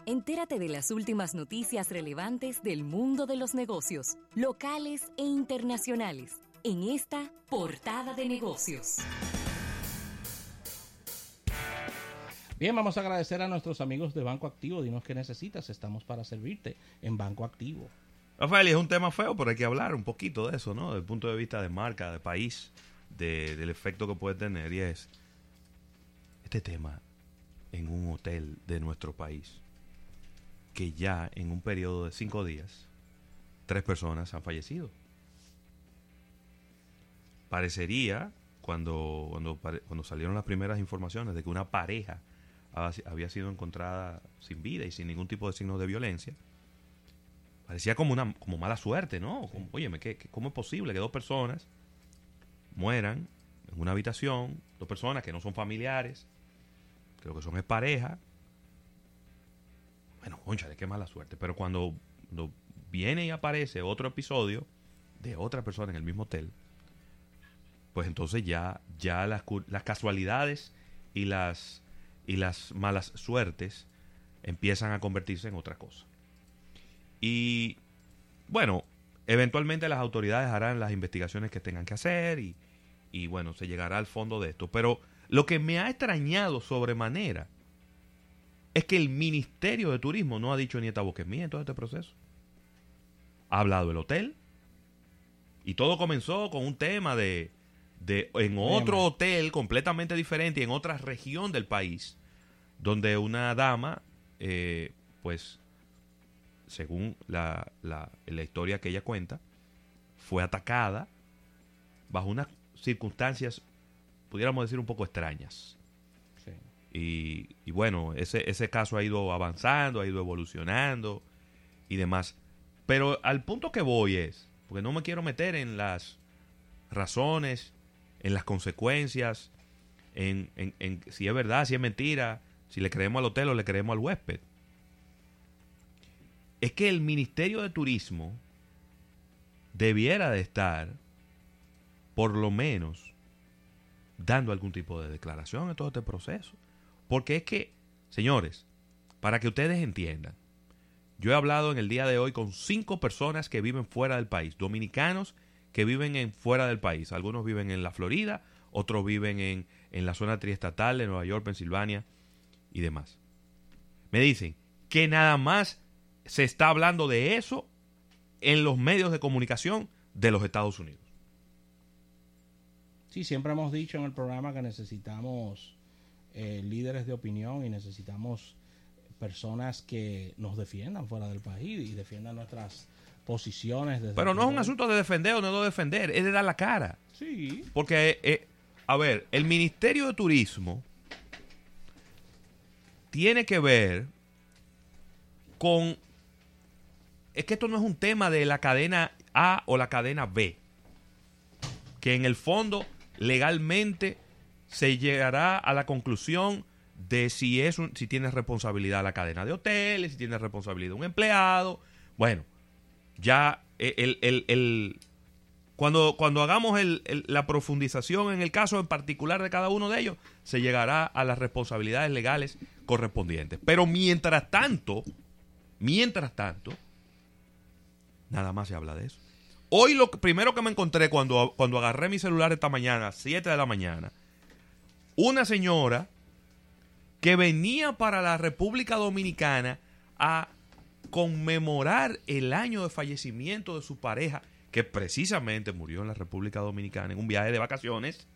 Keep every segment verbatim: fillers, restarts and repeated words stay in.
Entérate de las últimas noticias relevantes del mundo de los negocios, locales e internacionales, en esta Portada de Negocios. Bien, vamos a agradecer a nuestros amigos de Banco Activo. Dinos qué necesitas, estamos para servirte en Banco Activo. Rafael, es un tema feo, pero hay que hablar un poquito de eso, ¿no? Desde el punto de vista de marca, de país, de, del efecto que puede tener. Y es este tema en un hotel de nuestro país, que ya en un periodo de cinco días, tres personas han fallecido. Parecería, cuando, cuando, cuando salieron las primeras informaciones de que una pareja había sido encontrada sin vida y sin ningún tipo de signos de violencia, parecía como una como mala suerte, ¿no? Como, óyeme, ¿qué, qué, ¿cómo es posible que dos personas mueran en una habitación? Dos personas que no son familiares, creo que son es pareja. Bueno, cónchale, qué mala suerte. Pero cuando, cuando viene y aparece otro episodio de otra persona en el mismo hotel, pues entonces ya, ya las, las casualidades y las y las malas suertes empiezan a convertirse en otra cosa. Y bueno, eventualmente las autoridades harán las investigaciones que tengan que hacer y, y bueno, se llegará al fondo de esto. Pero lo que me ha extrañado sobremanera es que el Ministerio de Turismo no ha dicho ni esta boca es mía en todo este proceso. Ha hablado el hotel y todo comenzó con un tema de de en otro hotel completamente diferente y en otra región del país, donde una dama, eh, pues, según la, la, la historia que ella cuenta, fue atacada bajo unas circunstancias, pudiéramos decir, un poco extrañas. Sí. Y, y bueno, ese, ese caso ha ido avanzando, ha ido evolucionando y demás. Pero al punto que voy es, porque no me quiero meter en las razones, en las consecuencias, en, en, en si es verdad, si es mentira, si le creemos al hotel o le creemos al huésped. Es que el Ministerio de Turismo debiera de estar, por lo menos, dando algún tipo de declaración en todo este proceso. Porque es que, señores, para que ustedes entiendan, yo he hablado en el día de hoy con cinco personas que viven fuera del país, dominicanos que viven en fuera del país. Algunos viven en la Florida, otros viven en, en la zona triestatal de Nueva York, Pensilvania y demás. Me dicen que nada más se está hablando de eso en los medios de comunicación de los Estados Unidos. Sí, siempre hemos dicho en el programa que necesitamos eh, líderes de opinión y necesitamos personas que nos defiendan fuera del país y defiendan nuestras posiciones. Desde Pero no es un asunto de defender o no de defender, es de dar la cara. Sí. Porque, eh, a ver, el Ministerio de Turismo tiene que ver con... Es que esto no es un tema de la cadena A o la cadena B, que en el fondo legalmente se llegará a la conclusión de si es un, si tiene responsabilidad la cadena de hoteles, si tiene responsabilidad un empleado. Bueno, ya el, el, el, cuando, cuando hagamos el, el, la profundización en el caso en particular de cada uno de ellos, se llegará a las responsabilidades legales correspondientes. Pero mientras tanto, mientras tanto, nada más se habla de eso. Hoy lo primero que me encontré cuando, cuando agarré mi celular esta mañana, siete de la mañana, una señora que venía para la República Dominicana a conmemorar el año de fallecimiento de su pareja, que precisamente murió en la República Dominicana en un viaje de vacaciones.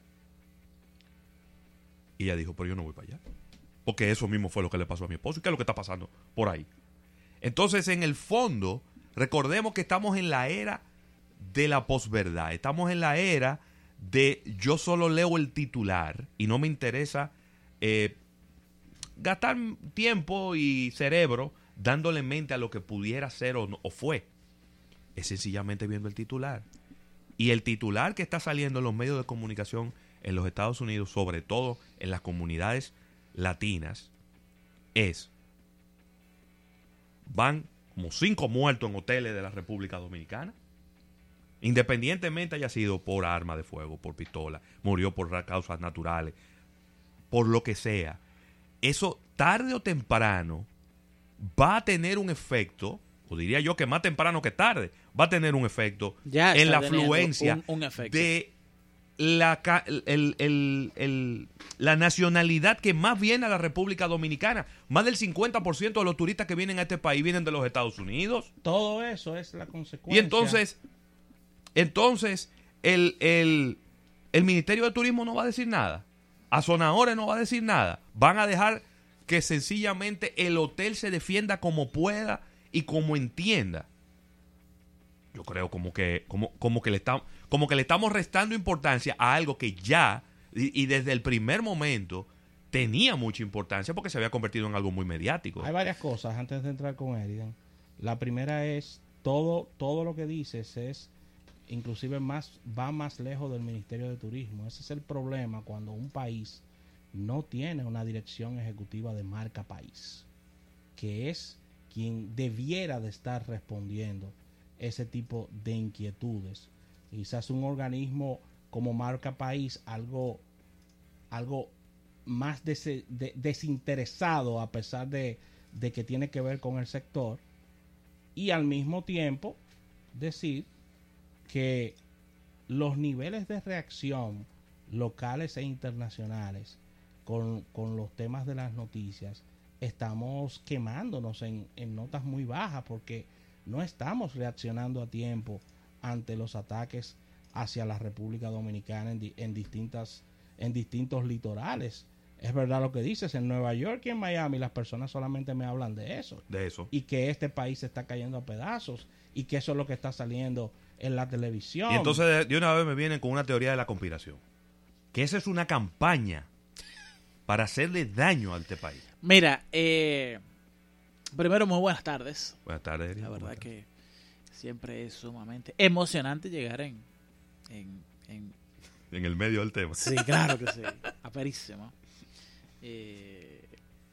Y ella dijo, pero yo no voy para allá, porque eso mismo fue lo que le pasó a mi esposo. ¿Y qué es lo que está pasando por ahí? Entonces, en el fondo, recordemos que estamos en la era de la posverdad. Estamos en la era de yo solo leo el titular y no me interesa eh, gastar tiempo y cerebro dándole mente a lo que pudiera ser o, no, o fue. Es sencillamente viendo el titular. Y el titular que está saliendo en los medios de comunicación en los Estados Unidos, sobre todo en las comunidades latinas, es: van como cinco muertos en hoteles de la República Dominicana, independientemente haya sido por arma de fuego, por pistola, murió por causas naturales, por lo que sea. Eso tarde o temprano va a tener un efecto, o diría yo que más temprano que tarde, va a tener un efecto Ya en está la teniendo afluencia un- un efecto. de la, ca- el- el- el- la nacionalidad que más viene a la República Dominicana. Más del cincuenta por ciento de los turistas que vienen a este país vienen de los Estados Unidos. Todo eso es la consecuencia. Y entonces, entonces el, el, el Ministerio de Turismo no va a decir nada. A Sonahora no va a decir nada. Van a dejar que sencillamente el hotel se defienda como pueda y como entienda. Yo creo como que, como, como que le estamos, como que le estamos restando importancia a algo que ya, y, y desde el primer momento, tenía mucha importancia porque se había convertido en algo muy mediático. Hay varias cosas antes de entrar con Eriden. La primera es todo, todo lo que dices es inclusive más, va más lejos del Ministerio de Turismo. Ese es el problema cuando un país no tiene una dirección ejecutiva de marca país, que es quien debiera de estar respondiendo ese tipo de inquietudes. Quizás un organismo como marca país, algo, algo más des, de, desinteresado a pesar de, de que tiene que ver con el sector, y al mismo tiempo decir que los niveles de reacción locales e internacionales con, con los temas de las noticias, estamos quemándonos en, en notas muy bajas porque no estamos reaccionando a tiempo ante los ataques hacia la República Dominicana en, di, en distintas en distintos litorales. Es verdad lo que dices, en Nueva York y en Miami las personas solamente me hablan de eso. De eso. Y que este país se está cayendo a pedazos y que eso es lo que está saliendo en la televisión. Y entonces de, de una vez me vienen con una teoría de la conspiración. Que esa es una campaña para hacerle daño a este país. Mira, eh, primero muy buenas tardes. Buenas tardes, Eric. La verdad que siempre es sumamente emocionante llegar en... en, en... En el medio del tema. Sí, claro que sí. Aperísimo. Eh,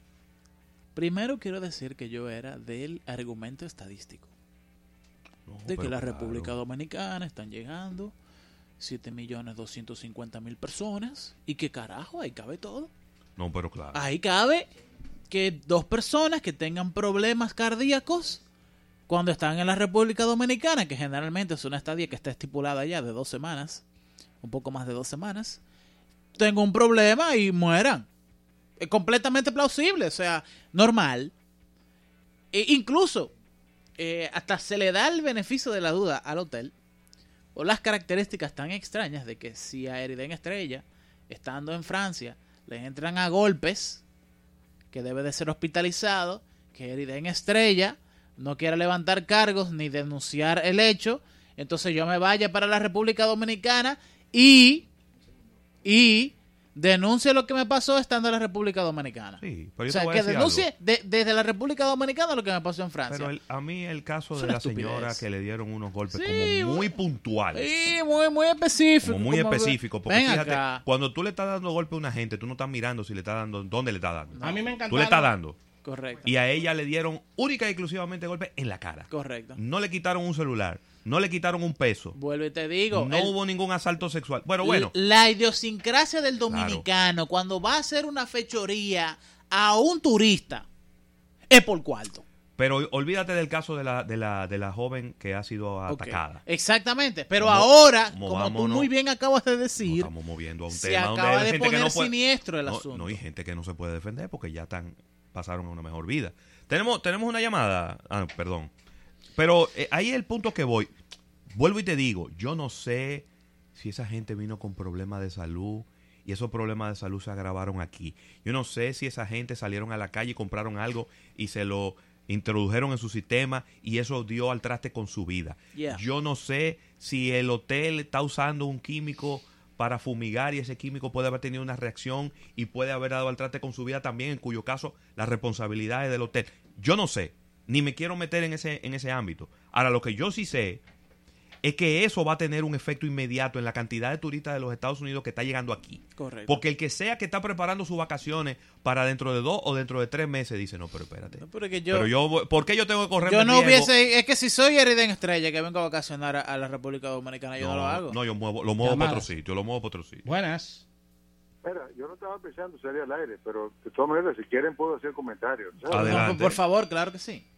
primero quiero decir que yo era del argumento estadístico. No, De que pero la claro. República Dominicana están llegando siete millones doscientos cincuenta mil personas y que carajo, ahí cabe todo. No, pero claro. Ahí cabe que dos personas que tengan problemas cardíacos cuando están en la República Dominicana, que generalmente es una estadía que está estipulada ya de dos semanas, un poco más de dos semanas, tengan un problema y mueran. Es completamente plausible, o sea, normal. E incluso, eh, hasta se le da el beneficio de la duda al hotel, o las características tan extrañas de que si a Eriden Estrella, estando en Francia, le entran a golpes, que debe de ser hospitalizado, que Eriden Estrella no quiera levantar cargos ni denunciar el hecho, entonces yo me vaya para la República Dominicana y, y denuncie lo que me pasó estando en la República Dominicana. Sí, pero yo O sea, te voy a que decir denuncie algo. de- desde la República Dominicana lo que me pasó en Francia. Pero el- a mí el caso Es de una la señora estupidez. que le dieron unos golpes Sí, como muy bueno. puntuales. Sí, muy, muy específico. Como muy como- específico. Porque Ven fíjate, acá. cuando tú le estás dando golpe a una gente, tú no estás mirando si le estás dando, dónde le estás dando. A mí me encanta. Tú le estás dando. Correcto. Y a ella le dieron única y exclusivamente golpes en la cara. Correcto. No le quitaron un celular. No le quitaron un peso. Vuelvo y te digo. No el- hubo ningún asalto sexual. Bueno, bueno. La idiosincrasia del dominicano cuando va a hacer una fechoría a un turista es por cuarto. Pero olvídate del caso de la, de la, de la joven que ha sido Ok. atacada. Exactamente. Pero Mo- ahora, como tú movámonos. muy bien acabas de Nos decir, estamos moviendo a un se tema donde acaba hay de gente que poner no puede... siniestro el no, asunto. no hay gente que no se puede defender porque ya están pasaron a una mejor vida. Tenemos tenemos una llamada. Ah, perdón. Pero eh, ahí es el punto que voy. Vuelvo y te digo, yo no sé si esa gente vino con problemas de salud y esos problemas de salud se agravaron aquí. Yo no sé si esa gente salieron a la calle y compraron algo y se lo introdujeron en su sistema y eso dio al traste con su vida. Yeah. Yo no sé si el hotel está usando un químico para fumigar y ese químico puede haber tenido una reacción y puede haber dado al traste con su vida también, en cuyo caso la responsabilidad es del hotel. Yo no sé, ni me quiero meter en ese, en ese ámbito. Ahora, lo que yo sí sé es que eso va a tener un efecto inmediato en la cantidad de turistas de los Estados Unidos que está llegando aquí. Correcto. Porque el que sea que está preparando sus vacaciones para dentro de dos o dentro de tres meses dice, no, pero espérate. No, pero es que yo, pero yo, voy- ¿por qué yo tengo que correr yo no hubiese, es que si soy Eriden Estrella que vengo a vacacionar a, a la República Dominicana, yo no, lo hago. No, yo muevo, lo muevo para Llamadas. otro sitio, lo muevo para otro sitio. Buenas. Mira, yo no estaba pensando salir al aire, pero de todas maneras, si quieren puedo hacer comentarios. ¿sabes? Adelante. No, por favor, claro que sí.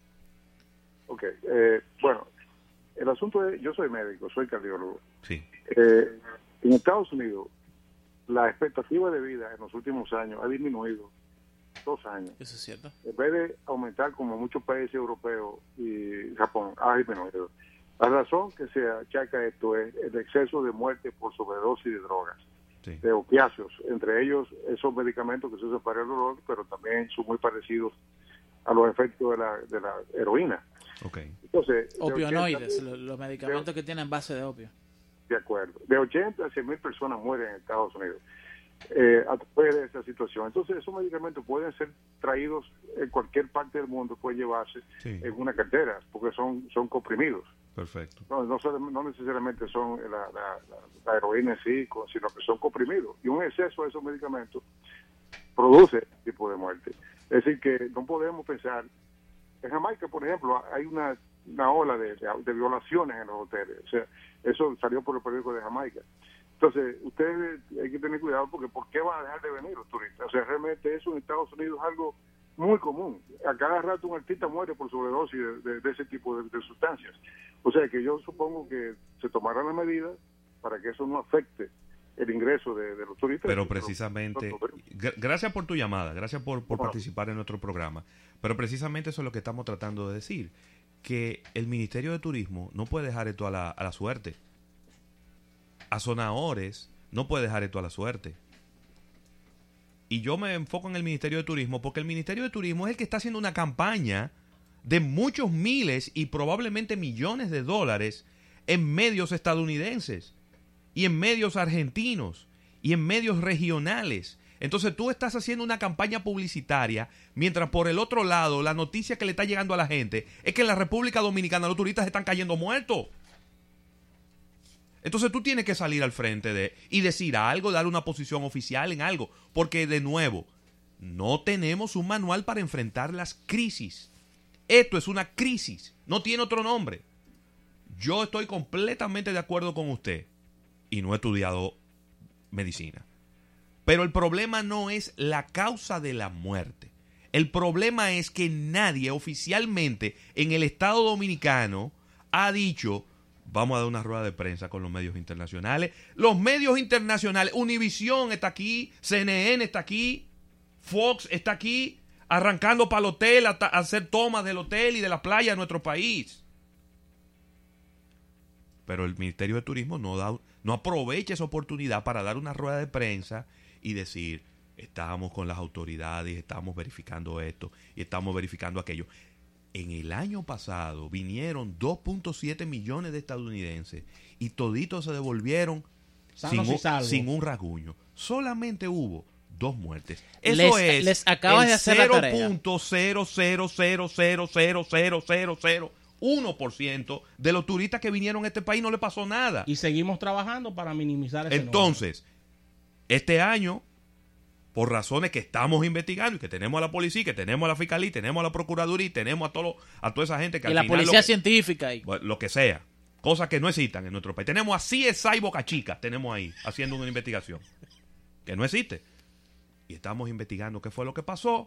Ok, eh, bueno, el asunto es, yo soy médico, soy cardiólogo. Sí. Eh, en Estados Unidos, la expectativa de vida en los últimos años ha disminuido dos años. Eso es cierto. En vez de aumentar como muchos países europeos y Japón, ha disminuido. La razón que se achaca esto es el exceso de muerte por sobredosis de drogas, Sí. de opiáceos, entre ellos esos medicamentos que se usan para el dolor, pero también son muy parecidos a los efectos de la, de la heroína. Ok. Entonces, de Opionoides, ochenta lo- los medicamentos que tienen base de opio. de acuerdo, de ochenta a cien mil personas mueren en Estados Unidos eh, a través de esa situación. Entonces, esos medicamentos pueden ser traídos en cualquier parte del mundo, pueden llevarse Sí. en una cartera, porque son, son comprimidos. Perfecto. No, no, solamente- no necesariamente son la, la, la, la heroína en sí, con- sino que son comprimidos. Y un exceso de esos medicamentos produce tipo de muerte. Es decir, que no podemos pensar. En Jamaica, por ejemplo, hay una, una ola de, de, de violaciones en los hoteles. O sea, eso salió por el periódico de Jamaica. Entonces, ustedes hay que tener cuidado porque ¿por qué van a dejar de venir los turistas? O sea, realmente eso en Estados Unidos es algo muy común. A cada rato un artista muere por sobredosis de, de, de ese tipo de, de sustancias. O sea, que yo supongo que se tomarán las medidas para que eso no afecte el ingreso de, de los turistas. Pero precisamente, gr- gracias por tu llamada, gracias por, por Bueno. participar en nuestro programa. Pero precisamente eso es lo que estamos tratando de decir, que el Ministerio de Turismo no puede dejar esto a la, a la suerte. A Sonahores no puede dejar esto a la suerte. Y yo me enfoco en el Ministerio de Turismo porque el Ministerio de Turismo es el que está haciendo una campaña de muchos miles y probablemente millones de dólares en medios estadounidenses y en medios argentinos y en medios regionales. Entonces tú estás haciendo una campaña publicitaria mientras por el otro lado la noticia que le está llegando a la gente es que en la República Dominicana los turistas están cayendo muertos. Entonces tú tienes que salir al frente de y decir algo, dar una posición oficial en algo, porque de nuevo, no tenemos un manual para enfrentar las crisis. Esto es una crisis, no tiene otro nombre. Yo estoy completamente de acuerdo con usted y no he estudiado medicina. Pero el problema no es la causa de la muerte. El problema es que nadie oficialmente en el Estado Dominicano ha dicho: vamos a dar una rueda de prensa con los medios internacionales. Los medios internacionales, Univisión está aquí, C N N está aquí, Fox está aquí, arrancando para el hotel, a, a hacer tomas del hotel y de la playa de nuestro país. Pero el Ministerio de Turismo no da, no aprovecha esa oportunidad para dar una rueda de prensa y decir: estamos con las autoridades, estamos verificando esto y estamos verificando aquello. En el año pasado vinieron dos punto siete millones de estadounidenses y toditos se devolvieron sin Sanos y un, salvos. sin un rasguño. Solamente hubo dos muertes. Eso Les- es les acabas el de hacer la tarea. cero punto cero cero cero cero cero cero cero cero uno por ciento de los turistas que vinieron a este país no le pasó nada. Y seguimos trabajando para minimizar ese Entonces, este año, por razones que estamos investigando y que tenemos a la policía, que tenemos a la fiscalía, tenemos a la procuraduría y tenemos a todo, a toda esa gente que Y al la final policía lo, científica. Y... bueno, lo que sea, cosas que no existan en nuestro país. Tenemos a C S I Boca Chica, tenemos ahí haciendo una investigación que no existe y estamos investigando qué fue lo que pasó.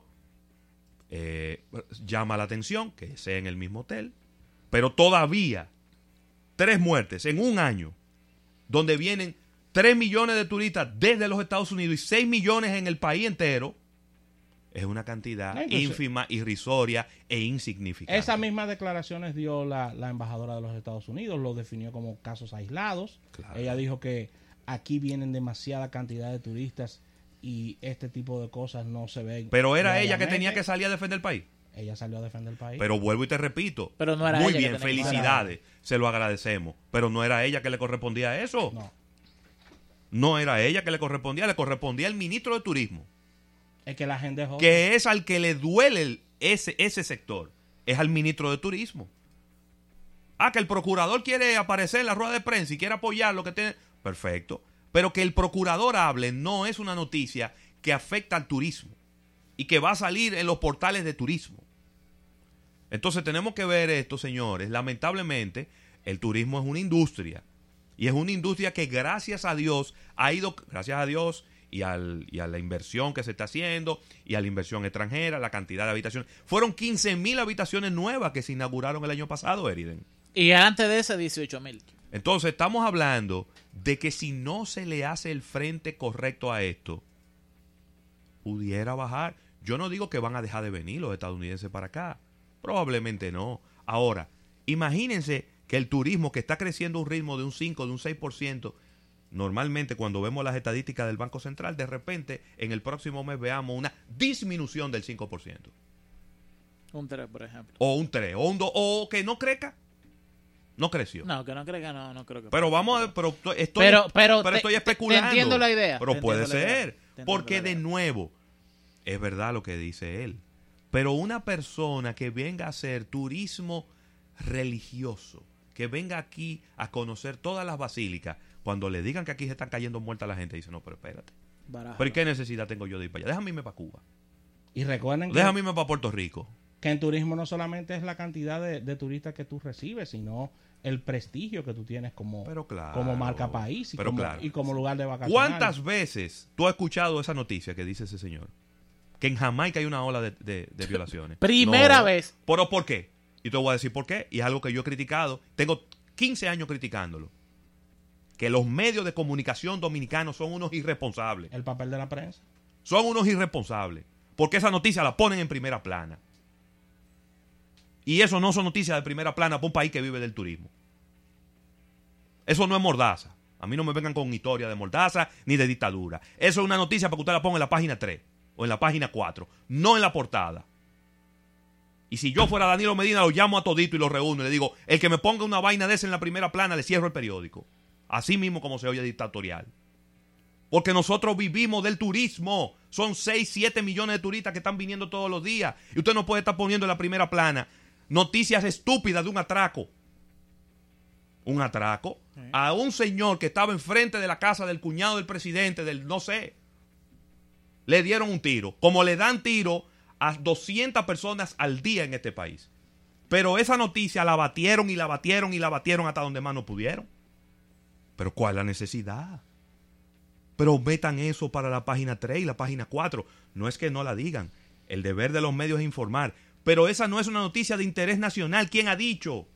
Eh, llama la atención que sea en el mismo hotel, pero todavía tres muertes en un año donde vienen tres millones de turistas desde los Estados Unidos y seis millones en el país entero, es una cantidad No, entonces, ínfima, irrisoria e insignificante. Esas mismas declaraciones dio la, la embajadora de los Estados Unidos, lo definió como casos aislados. Claro. Ella dijo que aquí vienen demasiada cantidad de turistas y este tipo de cosas no se ven. Pero era ella que diariamente. tenía que salir a defender el país. Ella salió a defender el país. Pero vuelvo y te repito. Pero no era muy ella que bien, tenía que felicidades. Se lo agradecemos. Pero no era ella que le correspondía eso. No, No era ella que le correspondía. Le correspondía al ministro de Turismo. es que la gente joven. Que es al que le duele el- ese, ese sector. Es al ministro de Turismo. Ah, que el procurador quiere aparecer en la rueda de prensa y quiere apoyar lo que tiene. Perfecto. Pero que el procurador hable no es una noticia que afecta al turismo y que va a salir en los portales de turismo. Entonces tenemos que ver esto, señores. Lamentablemente, el turismo es una industria. Y es una industria que gracias a Dios ha ido, gracias a Dios y, al, y a la inversión que se está haciendo y a la inversión extranjera, la cantidad de habitaciones. Fueron quince mil habitaciones nuevas que se inauguraron el año pasado, Eriden. Y antes de ese, dieciocho mil. Entonces, estamos hablando de que si no se le hace el frente correcto a esto, pudiera bajar. Yo no digo que van a dejar de venir los estadounidenses para acá. Probablemente no. Ahora, imagínense que el turismo, que está creciendo a un ritmo de un cinco, de un seis por ciento, normalmente cuando vemos las estadísticas del Banco Central, de repente en el próximo mes veamos una disminución del cinco por ciento. Un tres, por ejemplo. O un tres, o un dos, o que no crezca. No creció. No, que no crezca, no, no creo que. Pero vamos a, pero estoy, pero, pero, pero te, estoy te, especulando. Te entiendo la idea. Pero puede ser. Porque de nuevo, es verdad lo que dice él. Pero una persona que venga a hacer turismo religioso, que venga aquí a conocer todas las basílicas, cuando le digan que aquí se están cayendo muertas la gente, dice, no, pero espérate. Barájalo. ¿Pero qué necesidad tengo yo de ir para allá? Déjame irme para Cuba. Y recuerden que, Déjame irme para Puerto Rico. Que en turismo no solamente es la cantidad de, de turistas que tú recibes, sino el prestigio que tú tienes como, pero claro, como marca país y, pero como, claro. y como lugar de vacaciones. ¿Cuántas veces tú has escuchado esa noticia que dice ese señor? Que en Jamaica hay una ola de, de, de violaciones. Primera no. vez. ¿Pero por qué? Y te voy a decir por qué. Y es algo que yo he criticado. Tengo quince años criticándolo. Que los medios de comunicación dominicanos son unos irresponsables. El papel de la prensa. Son unos irresponsables. Porque esa noticia la ponen en primera plana. Y eso no son noticias de primera plana para un país que vive del turismo. Eso no es mordaza. A mí no me vengan con historia de mordaza ni de dictadura. Eso es una noticia para que usted la ponga en la página tres o en la página cuatro, no en la portada. Y si yo fuera Danilo Medina, lo llamo a todito y lo reúno y le digo, el que me ponga una vaina de esa en la primera plana, le cierro el periódico. Así mismo como se oye dictatorial. Porque nosotros vivimos del turismo. Son seis, siete millones de turistas que están viniendo todos los días. Y usted no puede estar poniendo en la primera plana noticias estúpidas de un atraco. Un atraco ¿Eh? a un señor que estaba enfrente de la casa del cuñado del presidente, del no sé. Le dieron un tiro. Como le dan tiro a doscientas personas al día en este país. Pero esa noticia la batieron y la batieron y la batieron hasta donde más no pudieron. Pero ¿cuál es la necesidad? Pero metan eso para la página tres y la página cuatro. No es que no la digan. El deber de los medios es informar. Pero esa no es una noticia de interés nacional. ¿Quién ha dicho?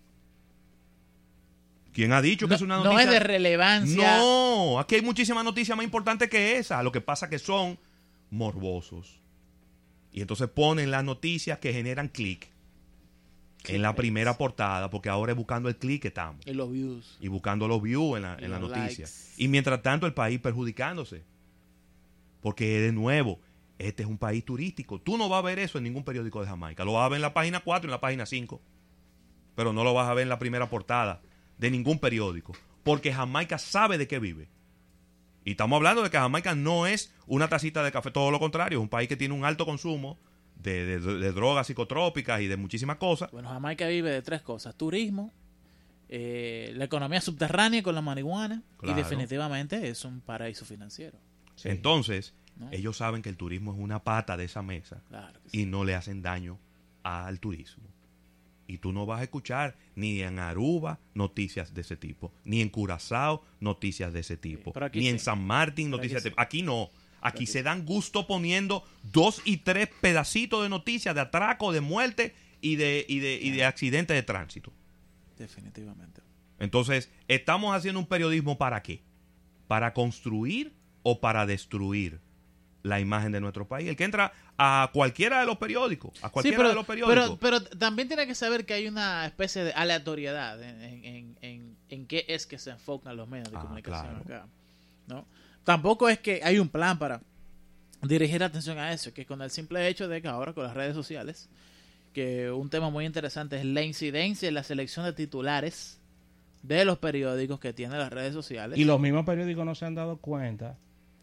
¿Quién ha dicho que no, es una noticia? No es de relevancia. No, aquí hay muchísimas noticias más importantes que esa. Lo que pasa que son morbosos. Y entonces ponen las noticias que generan clic en la primera portada, porque ahora es buscando el clic que estamos. Y los views. Y buscando los views en la, en la noticia. Likes. Y mientras tanto el país perjudicándose. Porque de nuevo, este es un país turístico. Tú no vas a ver eso en ningún periódico de Jamaica. Lo vas a ver en la página cuatro y en la página cinco. Pero no lo vas a ver en la primera portada de ningún periódico. Porque Jamaica sabe de qué vive. Y estamos hablando de que Jamaica no es una tacita de café, todo lo contrario. Es un país que tiene un alto consumo de, de, de drogas psicotrópicas y de muchísimas cosas. Bueno, Jamaica vive de tres cosas. Turismo, eh, la economía subterránea con la marihuana claro. Y definitivamente es un paraíso financiero. Sí. Entonces, ¿no? Ellos saben que el turismo es una pata de esa mesa claro sí. Y no le hacen daño al turismo. Y tú no vas a escuchar ni en Aruba noticias de ese tipo, ni en Curazao noticias de ese tipo, sí, ni sí. en San Martín pero noticias aquí de sí. Aquí no. Aquí aquí se sí. dan gusto poniendo dos y tres pedacitos de noticias de atraco, de muerte y de, y de, y de accidentes de tránsito. Definitivamente. Entonces, ¿estamos haciendo un periodismo para qué? ¿Para construir o para destruir la imagen de nuestro país? El que entra a cualquiera de los periódicos, a cualquiera sí, pero, de los periódicos. Pero, pero también tiene que saber que hay una especie de aleatoriedad en, en, en, en, en qué es que se enfocan los medios de ah, comunicación claro. acá, ¿no? Tampoco es que hay un plan para dirigir atención a eso, que con el simple hecho de que ahora con las redes sociales, que un tema muy interesante es la incidencia en la selección de titulares de los periódicos que tienen las redes sociales. Y los mismos periódicos no se han dado cuenta,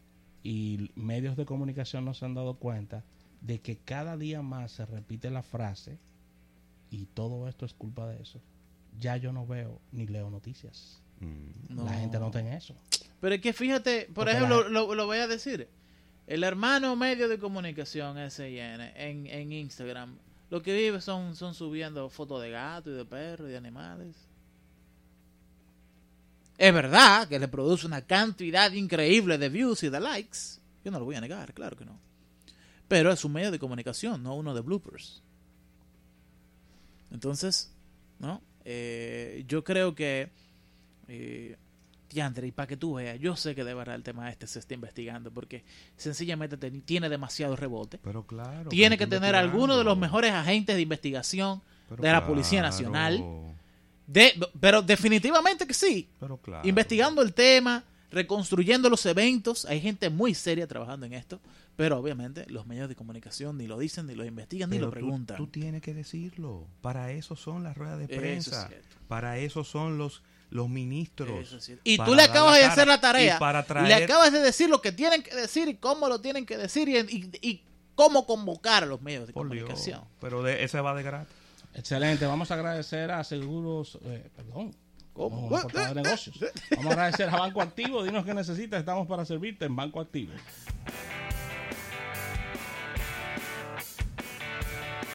y medios de comunicación no se han dado cuenta, de que cada día más se repite la frase, y todo esto es culpa de eso. Ya yo no veo ni leo noticias. Mm. No. La gente no tiene eso. Pero es que fíjate, por Porque ejemplo, la... lo, lo voy a decir. El hermano medio de comunicación S I N en, en Instagram, lo que vive son, son subiendo fotos de gatos y de perros y de animales. Es verdad que le produce una cantidad increíble de views y de likes. Yo no lo voy a negar, claro que no. Pero es un medio de comunicación, no uno de bloopers. Entonces, ¿no? Eh, yo creo que... Eh, Diandre, y para que tú veas, yo sé que de verdad el tema este se está investigando porque sencillamente te, tiene demasiado rebote. Pero claro. Tiene que está tener investigando. alguno de los mejores agentes de investigación Pero de la claro. Policía Nacional. De, pero definitivamente que sí. Pero claro. Investigando el tema, reconstruyendo los eventos. Hay gente muy seria trabajando en esto. Pero obviamente los medios de comunicación ni lo dicen, ni lo investigan, Pero ni lo tú- preguntan. Tú, tienes que decirlo. Para eso son las ruedas de Eso es prensa. cierto. Para eso son los, los ministros. Eso es cierto. Y para tú le dar acabas la de cara hacer la tarea. y para Le traer- acabas de decir lo que tienen que decir y cómo lo tienen que decir y, y- y cómo convocar a los medios de Por Dios. comunicación. Pero de, ese va de gratis. Excelente, vamos a agradecer a Seguros, eh, perdón, ¿Cómo? como portada de negocios. Vamos a agradecer a Banco Activo, dinos qué necesitas, estamos para servirte en Banco Activo.